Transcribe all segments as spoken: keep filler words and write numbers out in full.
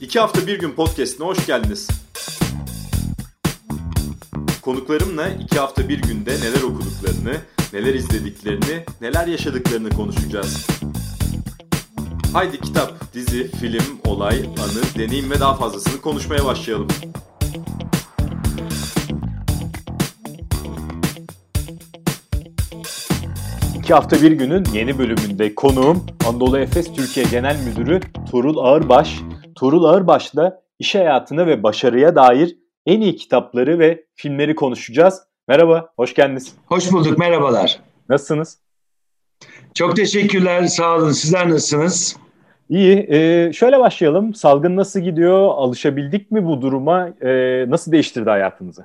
İki Hafta Bir Gün Podcast'ine hoş geldiniz. Konuklarımla iki hafta bir günde neler okuduklarını, neler izlediklerini, neler yaşadıklarını konuşacağız. Haydi kitap, dizi, film, olay, anı, deneyim ve daha fazlasını konuşmaya başlayalım. İki Hafta Bir Gün'ün yeni bölümünde konuğum Anadolu Efes Türkiye Genel Müdürü Tuğrul Ağırbaş. Tuğrul Ağırbaş'la iş hayatına ve başarıya dair en iyi kitapları ve filmleri konuşacağız. Merhaba, hoş geldiniz. Hoş bulduk, merhabalar. Nasılsınız? Çok teşekkürler, sağ olun. Sizler nasılsınız? İyi, ee, şöyle başlayalım. Salgın nasıl gidiyor? Alışabildik mi bu duruma? Ee, nasıl değiştirdi hayatınızı?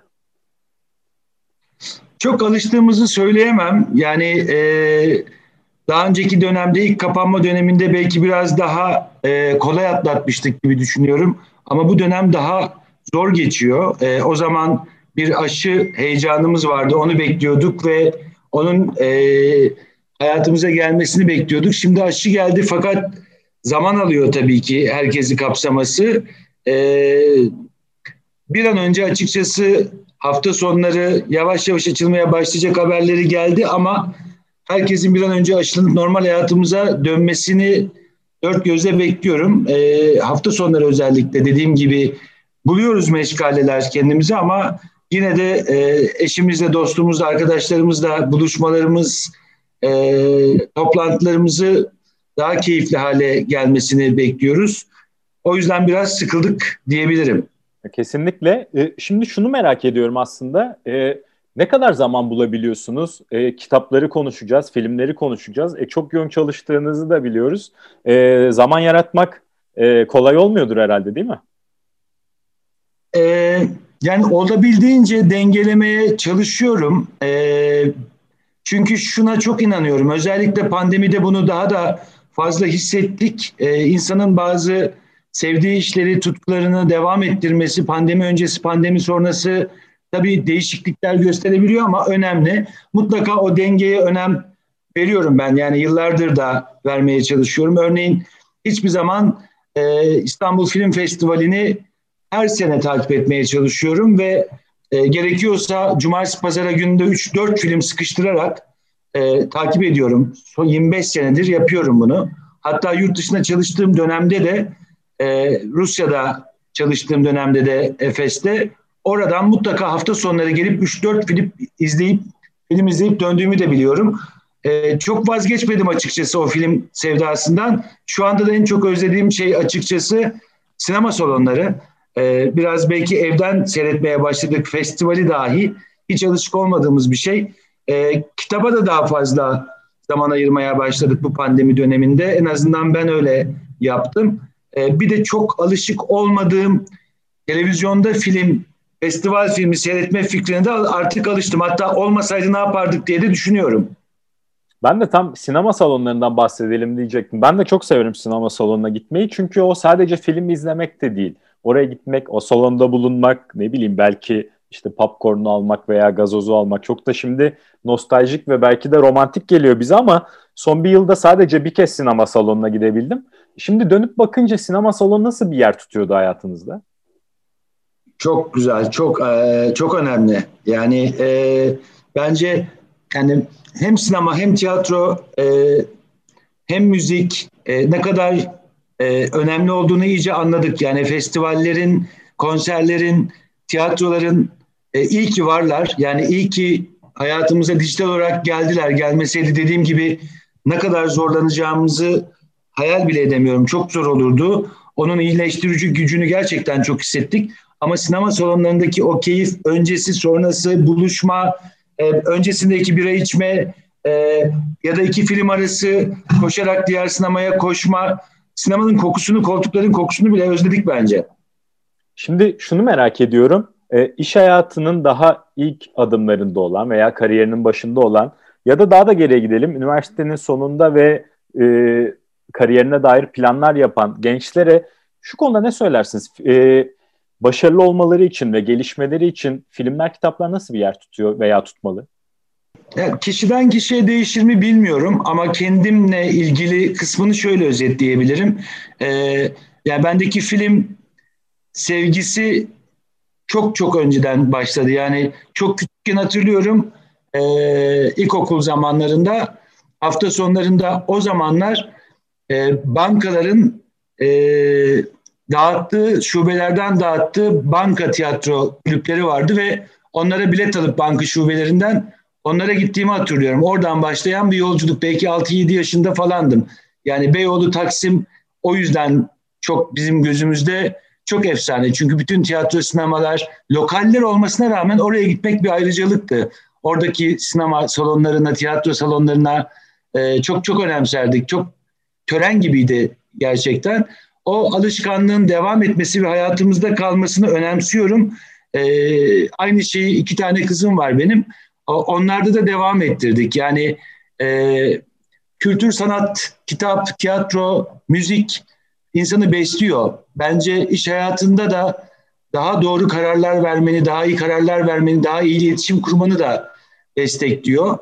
Çok alıştığımızı söyleyemem. Yani e, daha önceki dönemde, ilk kapanma döneminde belki biraz daha e, kolay atlatmıştık gibi düşünüyorum. Ama bu dönem daha zor geçiyor. E, o zaman bir aşı heyecanımız vardı. Onu bekliyorduk ve onun e, hayatımıza gelmesini bekliyorduk. Şimdi aşı geldi fakat zaman alıyor tabii ki herkesi kapsaması. E, bir an önce açıkçası hafta sonları yavaş yavaş açılmaya başlayacak haberleri geldi ama herkesin bir an önce aşılanıp normal hayatımıza dönmesini dört gözle bekliyorum. E, hafta sonları özellikle dediğim gibi buluyoruz meşgaleler kendimize ama yine de e, eşimizle, dostumuzla, arkadaşlarımızla buluşmalarımız, e, toplantılarımızı daha keyifli hale gelmesini bekliyoruz. O yüzden biraz sıkıldık diyebilirim. Kesinlikle. Şimdi şunu merak ediyorum aslında. Ne kadar zaman bulabiliyorsunuz? Kitapları konuşacağız, filmleri konuşacağız. Çok yoğun çalıştığınızı da biliyoruz. Zaman yaratmak kolay olmuyordur herhalde, değil mi? Ee, yani olabildiğince dengelemeye çalışıyorum. Ee, çünkü şuna çok inanıyorum. Özellikle pandemide bunu daha da fazla hissettik. Ee, insanın bazı sevdiği işleri, tutkularını devam ettirmesi, pandemi öncesi, pandemi sonrası tabii değişiklikler gösterebiliyor ama önemli. Mutlaka o dengeye önem veriyorum ben. Yani yıllardır da vermeye çalışıyorum. Örneğin hiçbir zaman e, İstanbul Film Festivali'ni her sene takip etmeye çalışıyorum ve e, gerekiyorsa cumartesi pazara günde üç dört film sıkıştırarak e, takip ediyorum. Son yirmi beş senedir yapıyorum bunu. Hatta yurt dışında çalıştığım dönemde de Ee, Rusya'da çalıştığım dönemde de Efes'te oradan mutlaka hafta sonları gelip üç dört film izleyip film izleyip döndüğümü de biliyorum. Ee, çok vazgeçmedim açıkçası o film sevdasından. Şu anda da en çok özlediğim şey açıkçası sinema salonları. Ee, biraz belki evden seyretmeye başladık, festivali dahi hiç alışık olmadığımız bir şey. Ee, kitaba da daha fazla zaman ayırmaya başladık bu pandemi döneminde. En azından ben öyle yaptım. Bir de çok alışık olmadığım televizyonda film, festival filmi seyretme fikrine de artık alıştım. Hatta olmasaydı ne yapardık diye de düşünüyorum. Ben de tam sinema salonlarından bahsedelim diyecektim. Ben de çok severim sinema salonuna gitmeyi. Çünkü o sadece film izlemek de değil. Oraya gitmek, o salonda bulunmak, ne bileyim belki işte popcorn'u almak veya gazozu almak çok da şimdi nostaljik ve belki de romantik geliyor bize ama son bir yılda sadece bir kez sinema salonuna gidebildim. Şimdi dönüp bakınca sinema salonu nasıl bir yer tutuyordu hayatınızda? Çok güzel, çok e, çok önemli. Yani e, bence yani hem sinema hem tiyatro e, hem müzik e, ne kadar e, önemli olduğunu iyice anladık. Yani festivallerin, konserlerin, tiyatroların e, iyi ki varlar. Yani iyi ki hayatımıza dijital olarak geldiler. Gelmeseydi dediğim gibi ne kadar zorlanacağımızı hayal bile edemiyorum. Çok zor olurdu. Onun iyileştirici gücünü gerçekten çok hissettik. Ama sinema salonlarındaki o keyif, öncesi, sonrası, buluşma, e, öncesindeki bira içme e, ya da iki film arası koşarak diğer sinemaya koşma, sinemanın kokusunu, koltukların kokusunu bile özledik bence. Şimdi şunu merak ediyorum. E, iş hayatının daha ilk adımlarında olan veya kariyerinin başında olan ya da daha da geriye gidelim, üniversitenin sonunda ve e, kariyerine dair planlar yapan gençlere şu konuda ne söylersiniz? E, başarılı olmaları için ve gelişmeleri için filmler, kitaplar nasıl bir yer tutuyor veya tutmalı? Yani kişiden kişiye değişir mi bilmiyorum ama kendimle ilgili kısmını şöyle özetleyebilirim. Ee, yani bendeki film sevgisi çok çok önceden başladı. Yani çok küçükken hatırlıyorum, e, ilkokul zamanlarında, hafta sonlarında, o zamanlar e, bankaların e, dağıttığı, şubelerden dağıttığı banka tiyatro kulüpleri vardı ve onlara bilet alıp banka şubelerinden onlara gittiğimi hatırlıyorum. Oradan başlayan bir yolculuk. Belki altı yedi yaşında falandım. Yani Beyoğlu, Taksim o yüzden çok bizim gözümüzde çok efsane. Çünkü bütün tiyatro, sinemalar, lokaller olmasına rağmen oraya gitmek bir ayrıcalıktı. Oradaki sinema salonlarına, tiyatro salonlarına e, çok çok önemserdik. Çok tören gibiydi gerçekten. O alışkanlığın devam etmesi ve hayatımızda kalmasını önemsiyorum. Ee, aynı şeyi, iki tane kızım var benim. Onlarda da devam ettirdik. Yani e, kültür, sanat, kitap, tiyatro, müzik insanı besliyor. Bence iş hayatında da daha doğru kararlar vermeni, daha iyi kararlar vermeni, daha iyi iletişim kurmanı da destekliyor.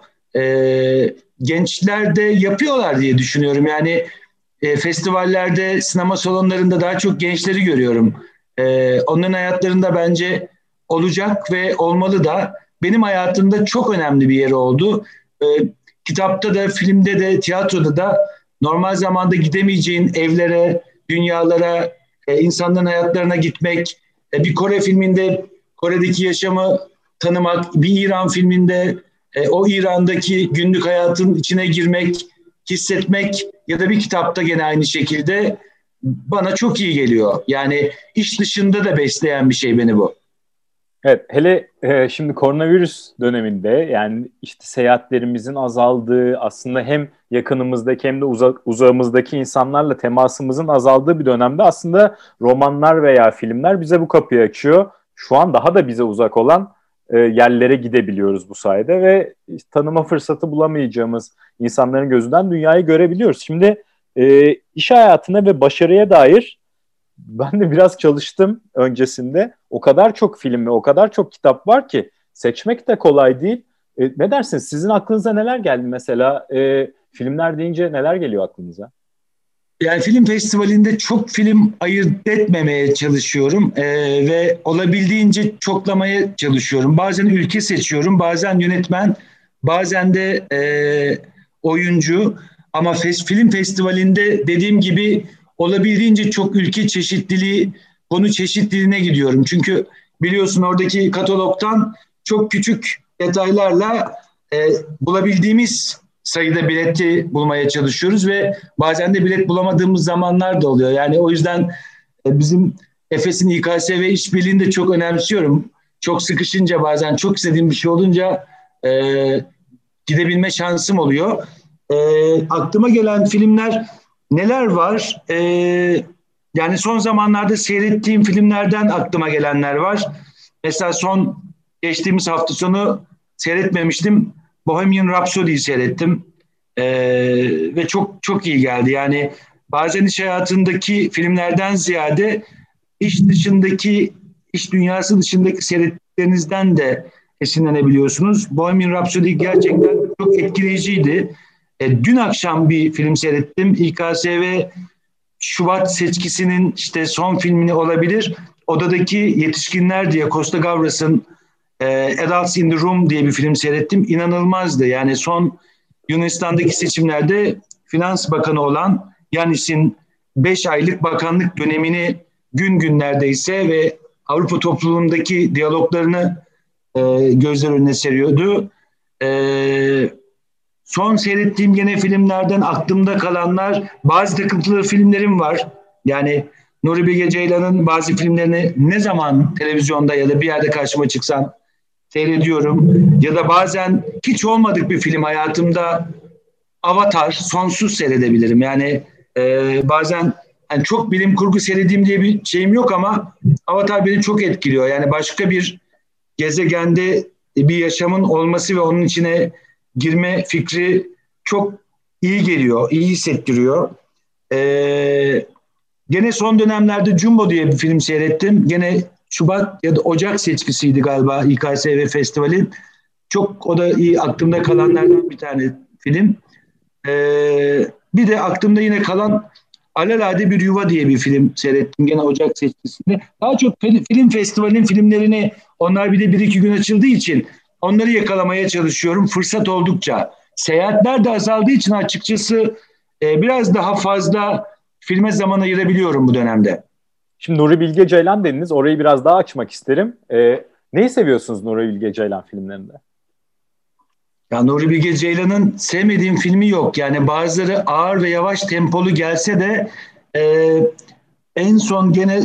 Ee, gençler de yapıyorlar diye düşünüyorum. Yani e, festivallerde, sinema salonlarında daha çok gençleri görüyorum. E, onların hayatlarında bence olacak ve olmalı da. Benim hayatımda çok önemli bir yeri oldu. E, kitapta da, filmde de, tiyatroda da normal zamanda gidemeyeceğin evlere, dünyalara, e, insanların hayatlarına gitmek, e, bir Kore filminde Kore'deki yaşamı tanımak, bir İran filminde e, o İran'daki günlük hayatın içine girmek, hissetmek ya da bir kitapta gene aynı şekilde bana çok iyi geliyor. Yani iş dışında da besleyen bir şey beni bu. Evet, hele e, şimdi koronavirüs döneminde, yani işte seyahatlerimizin azaldığı, aslında hem yakınımızdaki hem de uzak, uzağımızdaki insanlarla temasımızın azaldığı bir dönemde aslında romanlar veya filmler bize bu kapıyı açıyor. Şu an daha da bize uzak olan e, yerlere gidebiliyoruz bu sayede ve tanıma fırsatı bulamayacağımız insanların gözünden dünyayı görebiliyoruz. Şimdi e, iş hayatına ve başarıya dair ben de biraz çalıştım öncesinde. O kadar çok film ve o kadar çok kitap var ki seçmek de kolay değil. E, ne dersiniz? Sizin aklınıza neler geldi mesela? E, filmler deyince neler geliyor aklınıza? Yani film festivalinde çok film ayırt etmemeye çalışıyorum ee, ve olabildiğince çoklamaya çalışıyorum. Bazen ülke seçiyorum, bazen yönetmen, bazen de e, oyuncu. Ama fes, film festivalinde dediğim gibi olabildiğince çok ülke çeşitliliği, konu çeşitliliğine gidiyorum. Çünkü biliyorsun oradaki katalogdan çok küçük detaylarla e, bulabildiğimiz sayıda bileti bulmaya çalışıyoruz ve bazen de bilet bulamadığımız zamanlar da oluyor. Yani o yüzden e, bizim Efes'in İ K S V işbirliğini de çok önemsiyorum. Çok sıkışınca, bazen çok istediğim bir şey olunca e, gidebilme şansım oluyor. E, aklıma gelen filmler neler var? E, yani son zamanlarda seyrettiğim filmlerden aklıma gelenler var. Mesela son geçtiğimiz hafta sonu seyretmemiştim. Bohemian Rhapsody'yi seyrettim. Ee, ve çok çok iyi geldi. Yani bazen iş hayatındaki filmlerden ziyade iş dışındaki, iş dünyası dışındaki seyrettiklerinizden de esinlenebiliyorsunuz. Bohemian Rhapsody gerçekten çok etkileyiciydi. E, dün akşam bir film seyrettim. İ K S V Şubat seçkisinin işte son filmini olabilir. Odadaki Yetişkinler diye Costa Gavras'ın e, Adults in the Room diye bir film seyrettim. İnanılmazdı. Yani son Yunanistan'daki seçimlerde Finans Bakanı olan Yanis'in beş aylık bakanlık dönemini gün gün neredeyse ve Avrupa topluluğundaki diyaloglarını e, gözler önüne seriyordu. E, son seyrettiğim gene filmlerden aklımda kalanlar, bazı takıntılı filmlerim var. Yani Nuri Bilge Ceylan'ın bazı filmlerini ne zaman televizyonda ya da bir yerde karşıma çıksan seyrediyorum. Ya da bazen hiç olmadık bir film hayatımda, Avatar, sonsuz seyredebilirim. Yani e, bazen yani çok bilim kurgu seyredeyim diye bir şeyim yok ama Avatar beni çok etkiliyor. Yani başka bir gezegende bir yaşamın olması ve onun içine girme fikri çok iyi geliyor, iyi hissettiriyor. Ee, gene son dönemlerde Jumbo diye bir film seyrettim. Gene Şubat ya da Ocak seçkisiydi galiba İ K S V Festival'in. Çok, o da iyi, aklımda kalanlardan bir tane film. Ee, bir de aklımda yine kalan Alelade Bir Yuva diye bir film seyrettim gene Ocak seçkisinde. Daha çok film festivalinin filmlerini, onlar bir de bir iki gün açıldığı için onları yakalamaya çalışıyorum fırsat oldukça. Seyahatler de azaldığı için açıkçası e, biraz daha fazla filme zaman ayırabiliyorum bu dönemde. Şimdi Nuri Bilge Ceylan dediniz. Orayı biraz daha açmak isterim. Ee, neyi seviyorsunuz Nuri Bilge Ceylan filmlerinde? Ya Nuri Bilge Ceylan'ın sevmediğim filmi yok. Yani bazıları ağır ve yavaş tempolu gelse de e, en son gene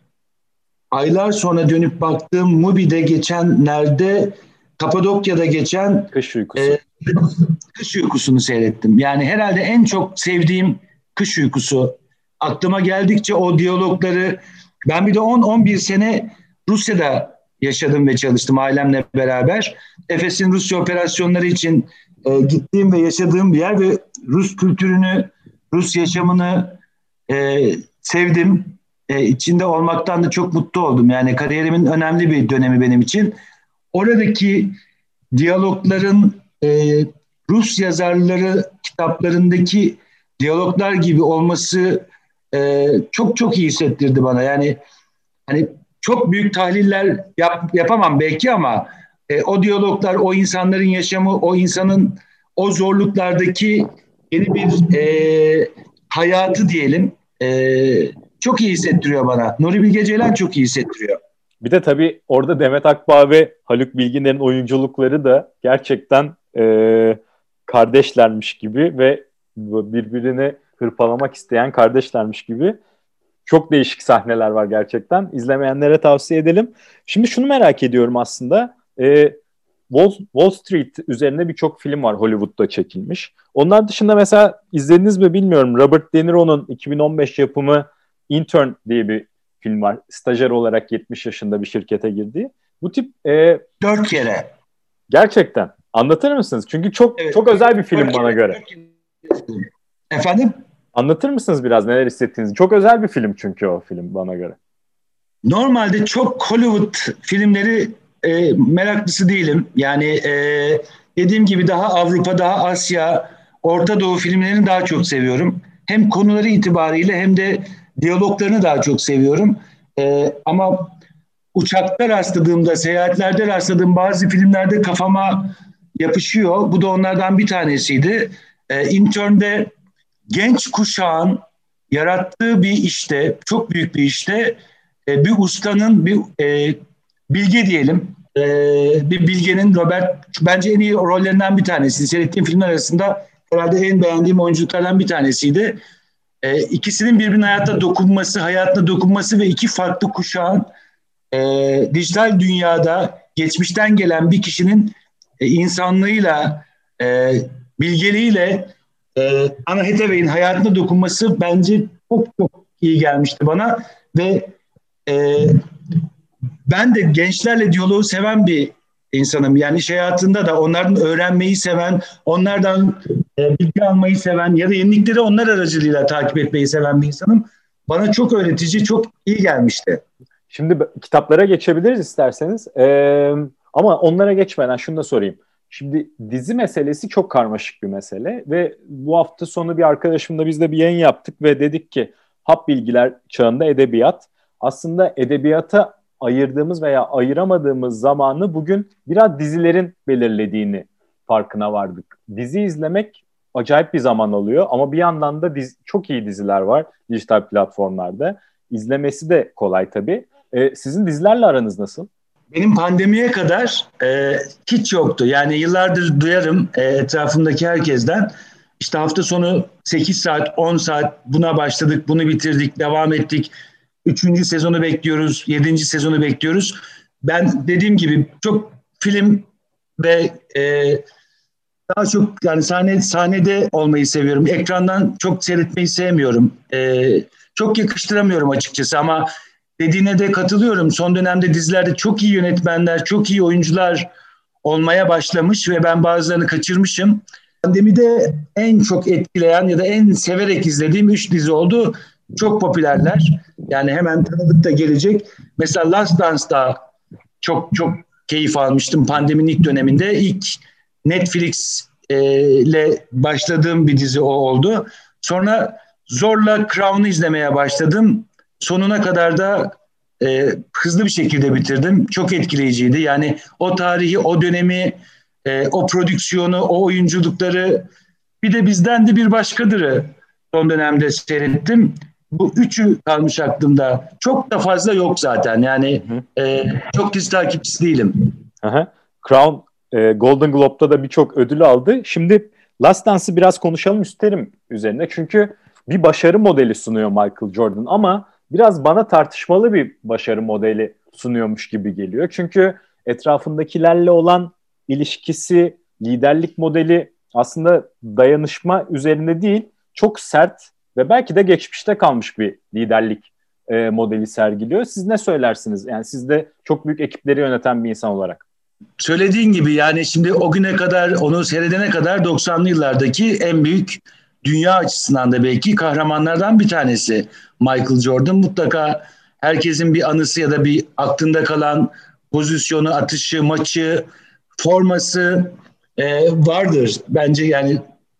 aylar sonra dönüp baktığım Mubi'de geçenlerde Kapadokya'da geçen Kış Uykusu. E, Kış Uykusu'nu seyrettim. Yani herhalde en çok sevdiğim Kış Uykusu. Aklıma geldikçe o diyalogları, ben bir de on on bir sene Rusya'da yaşadım ve çalıştım ailemle beraber. Efes'in Rusya operasyonları için e, gittiğim ve yaşadığım bir yer ve Rus kültürünü, Rus yaşamını e, sevdim. E, içinde olmaktan da çok mutlu oldum. Yani kariyerimin önemli bir dönemi benim için. Oradaki diyalogların e, Rus yazarları kitaplarındaki diyaloglar gibi olması e, çok çok iyi hissettirdi bana. Yani hani çok büyük tahliller yap, yapamam belki ama e, o diyaloglar, o insanların yaşamı, o insanın o zorluklardaki yeni bir e, hayatı diyelim e, çok iyi hissettiriyor bana. Nuri Bilge Ceylan çok iyi hissettiriyor. Bir de tabii orada Demet Akbağ ve Haluk Bilginer'in oyunculukları da gerçekten e, kardeşlermiş gibi ve birbirini hırpalamak isteyen kardeşlermiş gibi çok değişik sahneler var gerçekten. İzlemeyenlere tavsiye edelim. Şimdi şunu merak ediyorum aslında. E, Wall, Wall Street üzerine birçok film var Hollywood'da çekilmiş. Onlar dışında mesela izlediniz mi bilmiyorum. Robert De Niro'nun iki bin on beş yapımı Intern diye bir film var. Stajyer olarak yetmiş yaşında bir şirkete girdiği. Bu tip... E, Dört kere. Gerçekten. Anlatır mısınız? Çünkü çok evet, çok özel bir film bana kere, göre. Efendim? Anlatır mısınız biraz neler hissettiğinizi? Çok özel bir film çünkü o film bana göre. Normalde çok Hollywood filmleri e, meraklısı değilim. Yani e, dediğim gibi daha Avrupa, daha Asya, Orta Doğu filmlerini daha çok seviyorum. Hem konuları itibariyle hem de diyaloglarını daha çok seviyorum. E, ama uçakta rastladığımda, seyahatlerde rastladığım bazı filmlerde kafama yapışıyor. Bu da onlardan bir tanesiydi. E, Intern'de genç kuşağın yarattığı bir işte, çok büyük bir işte e, bir ustanın, bir e, bilge diyelim, e, bir bilgenin Robert, bence en iyi rollerinden bir tanesi. Seyrettiğim filmler arasında herhalde en beğendiğim oyunculuklardan bir tanesiydi. E, ikisinin birbirine hayatta dokunması, hayatına dokunması ve iki farklı kuşağın e, dijital dünyada geçmişten gelen bir kişinin e, insanlığıyla, e, bilgeliğiyle e, Anne Hathaway'in hayatına dokunması bence çok çok iyi gelmişti bana ve e, ben de gençlerle diyaloğu seven bir insanım. Yani iş hayatında da onlardan öğrenmeyi seven, onlardan e, bilgi almayı seven ya da yenilikleri onlar aracılığıyla takip etmeyi seven bir insanım. Bana çok öğretici, çok iyi gelmişti. Şimdi kitaplara geçebiliriz isterseniz. Ee, ama onlara geçmeden şunu da sorayım. Şimdi dizi meselesi çok karmaşık bir mesele ve bu hafta sonu bir arkadaşımla biz de bir yayın yaptık ve dedik ki hap bilgiler çağında edebiyat. Aslında edebiyata ayırdığımız veya ayıramadığımız zamanı bugün biraz dizilerin belirlediğini farkına vardık. Dizi izlemek acayip bir zaman alıyor ama bir yandan da dizi, çok iyi diziler var dijital platformlarda. İzlemesi de kolay tabii. Ee, sizin dizilerle aranız nasıl? Benim pandemiye kadar e, hiç yoktu. Yani yıllardır duyarım e, etrafımdaki herkesten. İşte hafta sonu sekiz saat, on saat buna başladık, bunu bitirdik, devam ettik. Üçüncü sezonu bekliyoruz, yedinci sezonu bekliyoruz. Ben dediğim gibi çok film ve e, daha çok yani sahne sahnede olmayı seviyorum. Ekrandan çok seyretmeyi sevmiyorum. E, çok yakıştıramıyorum açıkçası ama dediğine de katılıyorum. Son dönemde dizilerde çok iyi yönetmenler, çok iyi oyuncular olmaya başlamış ve ben bazılarını kaçırmışım. Pandemide en çok etkileyen ya da en severek izlediğim üç dizi oldu. Çok popülerler. Yani hemen tanıdık da gelecek. Mesela Last Dance'da çok çok keyif almıştım pandeminin ilk döneminde. İlk Netflix ile başladığım bir dizi o oldu. Sonra zorla Crown'u izlemeye başladım. Sonuna kadar da e, hızlı bir şekilde bitirdim. Çok etkileyiciydi. Yani o tarihi, o dönemi, e, o prodüksiyonu, o oyunculukları, bir de bizden de bir başkadırı son dönemde seyrettim. Bu üçü kalmış aklımda. Çok da fazla yok zaten. Yani e, çok dizi takipçisi değilim. Aha. Crown e, Golden Globe'da da birçok ödül aldı. Şimdi Last Dance'ı biraz konuşalım isterim üzerine. Çünkü bir başarı modeli sunuyor Michael Jordan ama biraz bana tartışmalı bir başarı modeli sunuyormuş gibi geliyor. Çünkü etrafındakilerle olan ilişkisi, liderlik modeli aslında dayanışma üzerine değil, çok sert ve belki de geçmişte kalmış bir liderlik e, modeli sergiliyor. Siz ne söylersiniz? Yani siz de çok büyük ekipleri yöneten bir insan olarak. Söylediğin gibi yani şimdi o güne kadar, onu seyredene kadar doksanlı yıllardaki en büyük, dünya açısından da belki kahramanlardan bir tanesi Michael Jordan. Mutlaka herkesin bir anısı ya da bir aklında kalan pozisyonu, atışı, maçı, forması e, vardır. Bence yani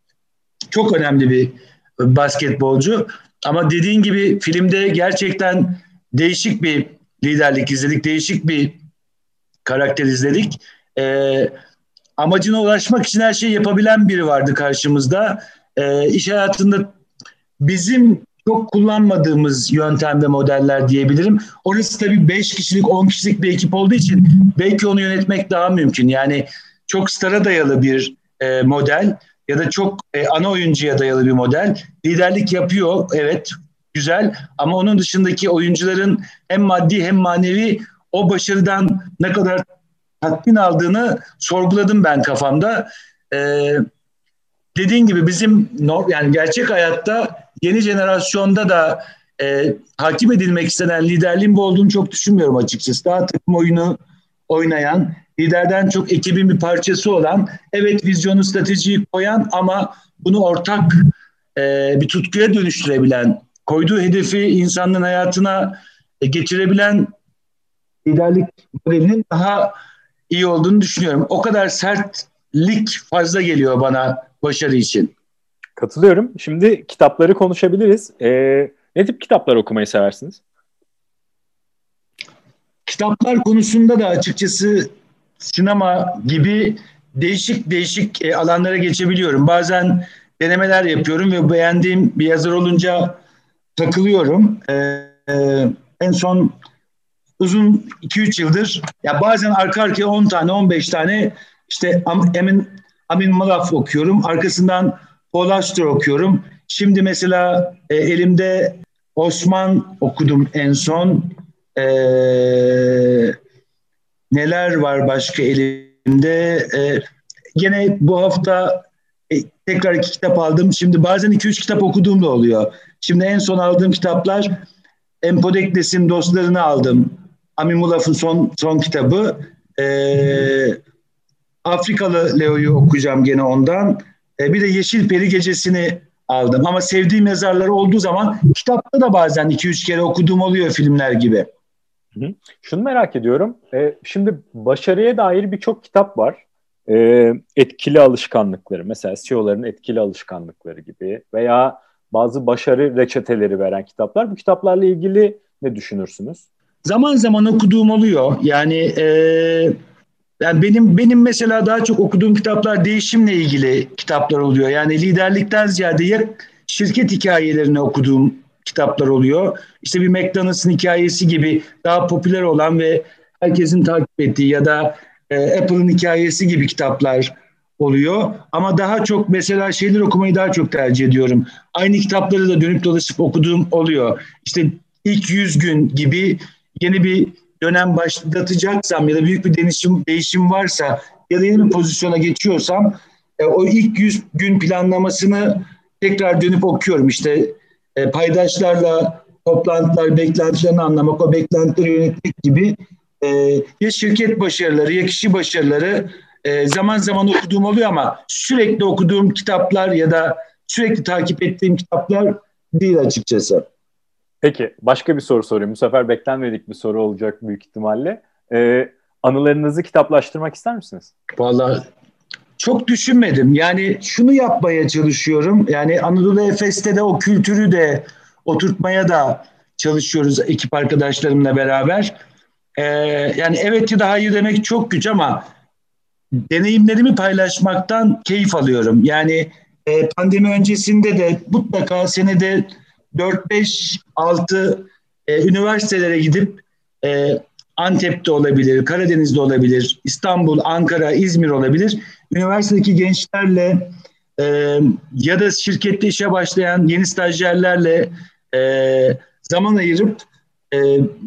çok önemli bir basketbolcu. Ama dediğin gibi filmde gerçekten değişik bir liderlik izledik, değişik bir karakter izledik. Ee, amacına ulaşmak için her şeyi yapabilen biri vardı karşımızda. Ee, iş hayatında bizim çok kullanmadığımız yöntem ve modeller diyebilirim. Orası tabii beş kişilik, on kişilik bir ekip olduğu için belki onu yönetmek daha mümkün. Yani çok stara dayalı bir e, model ya da çok e, ana oyuncuya dayalı bir model. Liderlik yapıyor, evet, güzel, ama onun dışındaki oyuncuların hem maddi hem manevi o başarıdan ne kadar tatmin aldığını sorguladım ben kafamda. Ee, dediğin gibi bizim yani gerçek hayatta yeni jenerasyonda da e, hakim edilmek istenen liderliğin bu olduğunu çok düşünmüyorum açıkçası. Daha takım oyunu oynayan, liderden çok ekibin bir parçası olan, evet vizyonu, stratejiyi koyan ama bunu ortak e, bir tutkuya dönüştürebilen, koyduğu hedefi insanlığın hayatına e, geçirebilen liderlik modelinin daha iyi olduğunu düşünüyorum. O kadar sertlik fazla geliyor bana başarı için. Katılıyorum. Şimdi kitapları konuşabiliriz. Ee, ne tip kitaplar okumayı seversiniz? Kitaplar konusunda da açıkçası sinema gibi değişik değişik e, alanlara geçebiliyorum. Bazen denemeler yapıyorum ve beğendiğim bir yazar olunca takılıyorum. Ee, e, en son uzun iki üç yıldır ya bazen arka arkaya on tane on beş tane işte Amin, Amin Malaf okuyorum. Arkasından Paul Auster okuyorum. Şimdi mesela e, elimde Osman okudum en son. E, neler var başka elimde? E, gene bu hafta e, tekrar iki kitap aldım. Şimdi bazen iki üç kitap okuduğum da oluyor. Şimdi en son aldığım kitaplar Empodekles'in Dostlarını aldım. Amin Mulaf'ın son son kitabı. Ee, Afrikalı Leo'yu okuyacağım gene ondan. Ee, bir de Yeşil Peri Gecesi'ni aldım. Ama sevdiğim yazarlar olduğu zaman kitapta da bazen iki üç kere okuduğum oluyor filmler gibi. Hı hı. Şunu merak ediyorum. Ee, şimdi başarıya dair birçok kitap var. Ee, etkili alışkanlıkları, mesela C E O'ların etkili alışkanlıkları gibi veya bazı başarı reçeteleri veren kitaplar. Bu kitaplarla ilgili ne düşünürsünüz? Zaman zaman okuduğum oluyor. Yani e, yani benim benim mesela daha çok okuduğum kitaplar değişimle ilgili kitaplar oluyor. Yani liderlikten ziyade ya şirket hikayelerini okuduğum kitaplar oluyor. İşte bir McDonald's'ın hikayesi gibi daha popüler olan ve herkesin takip ettiği ya da e, Apple'ın hikayesi gibi kitaplar oluyor. Ama daha çok mesela şeyler okumayı daha çok tercih ediyorum. Aynı kitapları da dönüp dolaşıp okuduğum oluyor. İşte ilk yüz gün gibi yeni bir dönem başlatacaksam ya da büyük bir değişim, değişim varsa ya da yeni bir pozisyona geçiyorsam e, o ilk yüz gün planlamasını tekrar dönüp okuyorum. İşte e, paydaşlarla toplantılar, beklentilerini anlamak, o beklentileri yönetmek gibi e, ya şirket başarıları ya kişi başarıları e, zaman zaman okuduğum oluyor ama sürekli okuduğum kitaplar ya da sürekli takip ettiğim kitaplar değil açıkçası. Peki, başka bir soru sorayım. Bu sefer beklenmedik bir soru olacak büyük ihtimalle. Ee, anılarınızı kitaplaştırmak ister misiniz? Vallahi Çok düşünmedim. Yani şunu yapmaya çalışıyorum. Yani Anadolu Efes'te de o kültürü de oturtmaya da çalışıyoruz ekip arkadaşlarımla beraber. Ee, yani evet ya da hayır demek çok güç ama deneyimlerimi paylaşmaktan keyif alıyorum. Yani e, pandemi öncesinde de mutlaka senede dört beş altı e, üniversitelere gidip e, Antep'te olabilir, Karadeniz'de olabilir, İstanbul, Ankara, İzmir olabilir. Üniversitedeki gençlerle e, ya da şirkette işe başlayan yeni stajyerlerle e, zaman ayırıp e,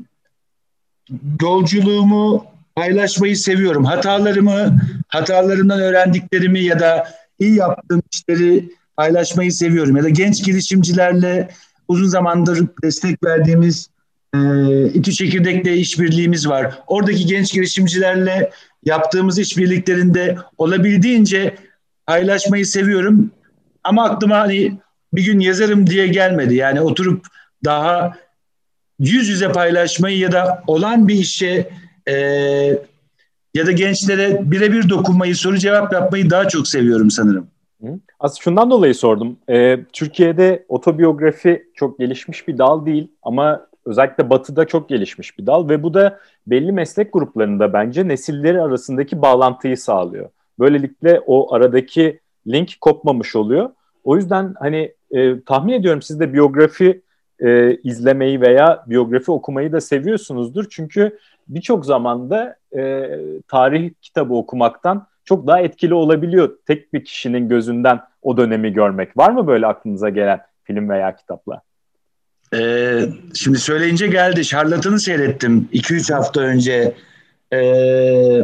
yolculuğumu paylaşmayı seviyorum. Hatalarımı, hatalarımdan öğrendiklerimi ya da iyi yaptığım işleri paylaşmayı seviyorum. Ya da genç girişimcilerle uzun zamandır destek verdiğimiz e, İTÜ Çekirdek'le işbirliğimiz var. Oradaki genç girişimcilerle yaptığımız işbirliklerinde olabildiğince paylaşmayı seviyorum. Ama aklıma hani bir gün yazarım diye gelmedi. Yani oturup daha yüz yüze paylaşmayı ya da olan bir işe e, ya da gençlere birebir dokunmayı, soru cevap yapmayı daha çok seviyorum sanırım. Aslında şundan dolayı sordum. Ee, Türkiye'de otobiyografi çok gelişmiş bir dal değil ama özellikle Batı'da çok gelişmiş bir dal ve bu da belli meslek gruplarında bence nesilleri arasındaki bağlantıyı sağlıyor. Böylelikle o aradaki link kopmamış oluyor. O yüzden hani e, tahmin ediyorum siz de biyografi e, izlemeyi veya biyografi okumayı da seviyorsunuzdur. Çünkü birçok zamanda e, tarih kitabı okumaktan çok daha etkili olabiliyor tek bir kişinin gözünden o dönemi görmek. Var mı böyle aklınıza gelen film veya kitapla? Ee, şimdi söyleyince geldi. Şarlatan'ı seyrettim iki üç hafta önce. Ee,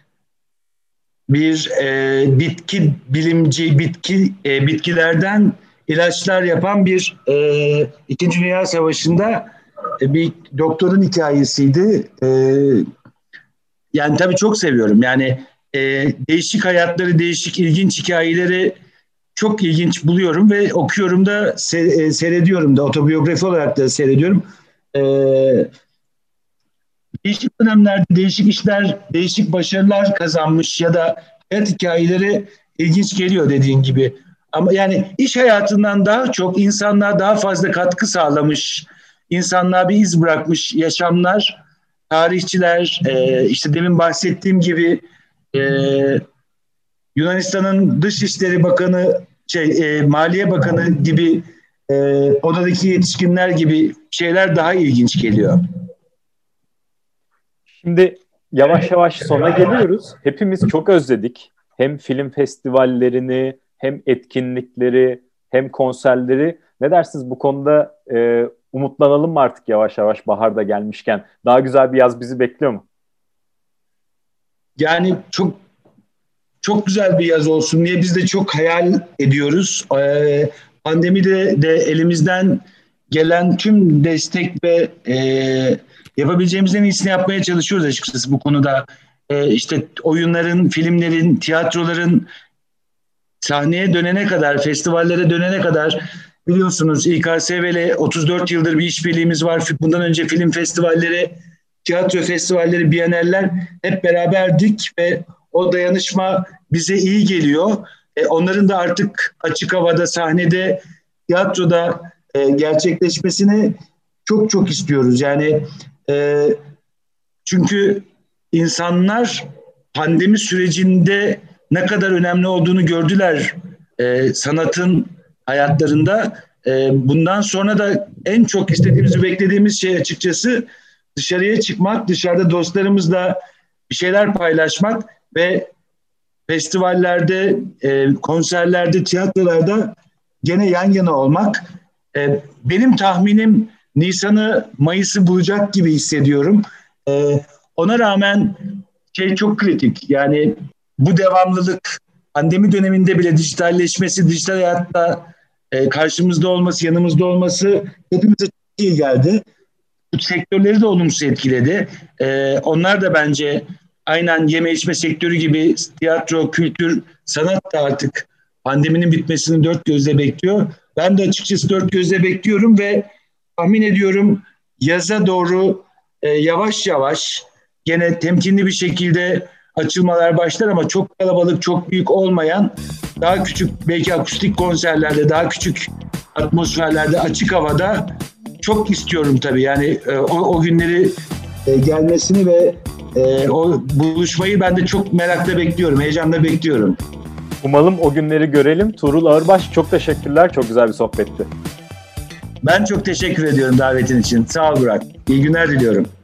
bir e, bitki bilimci, bitki e, bitkilerden ilaçlar yapan bir e, İkinci Dünya Savaşı'nda e, bir doktorun hikayesiydi. E, yani tabii çok seviyorum. Yani e, değişik hayatları, değişik ilginç hikayeleri çok ilginç buluyorum ve okuyorum da se- seyrediyorum da otobiyografi olarak da seyrediyorum. E, değişik dönemlerde değişik işler, değişik başarılar kazanmış ya da hayat hikayeleri ilginç geliyor dediğin gibi. Ama yani iş hayatından daha çok insanlığa daha fazla katkı sağlamış, insanlığa bir iz bırakmış yaşamlar, tarihçiler, e, işte demin bahsettiğim gibi e, Yunanistan'ın Dışişleri Bakanı, şey, e, Maliye Bakanı gibi e, odadaki yetişkinler gibi şeyler daha ilginç geliyor. Şimdi yavaş yavaş sona geliyoruz. Hepimiz çok özledik. Hem film festivallerini, hem etkinlikleri, hem konserleri. Ne dersiniz bu konuda e, umutlanalım mı artık yavaş yavaş baharda gelmişken? Daha güzel bir yaz bizi bekliyor mu? Yani çok çok güzel bir yaz olsun diye biz de çok hayal ediyoruz. Ee, pandemide de elimizden gelen tüm destek ve e, yapabileceğimizin en iyisini yapmaya çalışıyoruz açıkçası bu konuda. E, işte oyunların, filmlerin, tiyatroların sahneye dönene kadar, festivallere dönene kadar biliyorsunuz İ K S V ile otuz dört yıldır bir işbirliğimiz var. Bundan önce film festivalleri, tiyatro festivalleri, biyeneller hep beraberdik ve o dayanışma bize iyi geliyor. E, onların da artık açık havada, sahnede, tiyatroda e, gerçekleşmesini çok çok istiyoruz. Yani e, çünkü insanlar pandemi sürecinde ne kadar önemli olduğunu gördüler e, sanatın hayatlarında. E, bundan sonra da en çok istediğimiz, beklediğimiz şey açıkçası dışarıya çıkmak, dışarıda dostlarımızla bir şeyler paylaşmak ve festivallerde, e, konserlerde, tiyatrolarda gene yan yana olmak. E, benim tahminim Nisan'ı, Mayıs'ı bulacak gibi hissediyorum. E, ona rağmen şey çok kritik. Yani bu devamlılık, pandemi döneminde bile dijitalleşmesi, dijital hayatta e, karşımızda olması, yanımızda olması hepimize çok iyi geldi. Bu sektörleri de olumsuz etkiledi. E, onlar da bence aynen yeme içme sektörü gibi tiyatro, kültür, sanat da artık pandeminin bitmesini dört gözle bekliyor. Ben de açıkçası dört gözle bekliyorum ve tahmin ediyorum yaza doğru e, yavaş yavaş gene temkinli bir şekilde açılmalar başlar ama çok kalabalık, çok büyük olmayan, daha küçük, belki akustik konserlerde, daha küçük atmosferlerde, açık havada çok istiyorum tabii. Yani o, o günleri gelmesini ve o buluşmayı ben de çok merakla bekliyorum, heyecanla bekliyorum. Umalım o günleri görelim. Tuğrul Ağırbaş, çok teşekkürler. Çok güzel bir sohbetti. Ben çok teşekkür ediyorum davetin için. Sağ ol Burak. İyi günler diliyorum.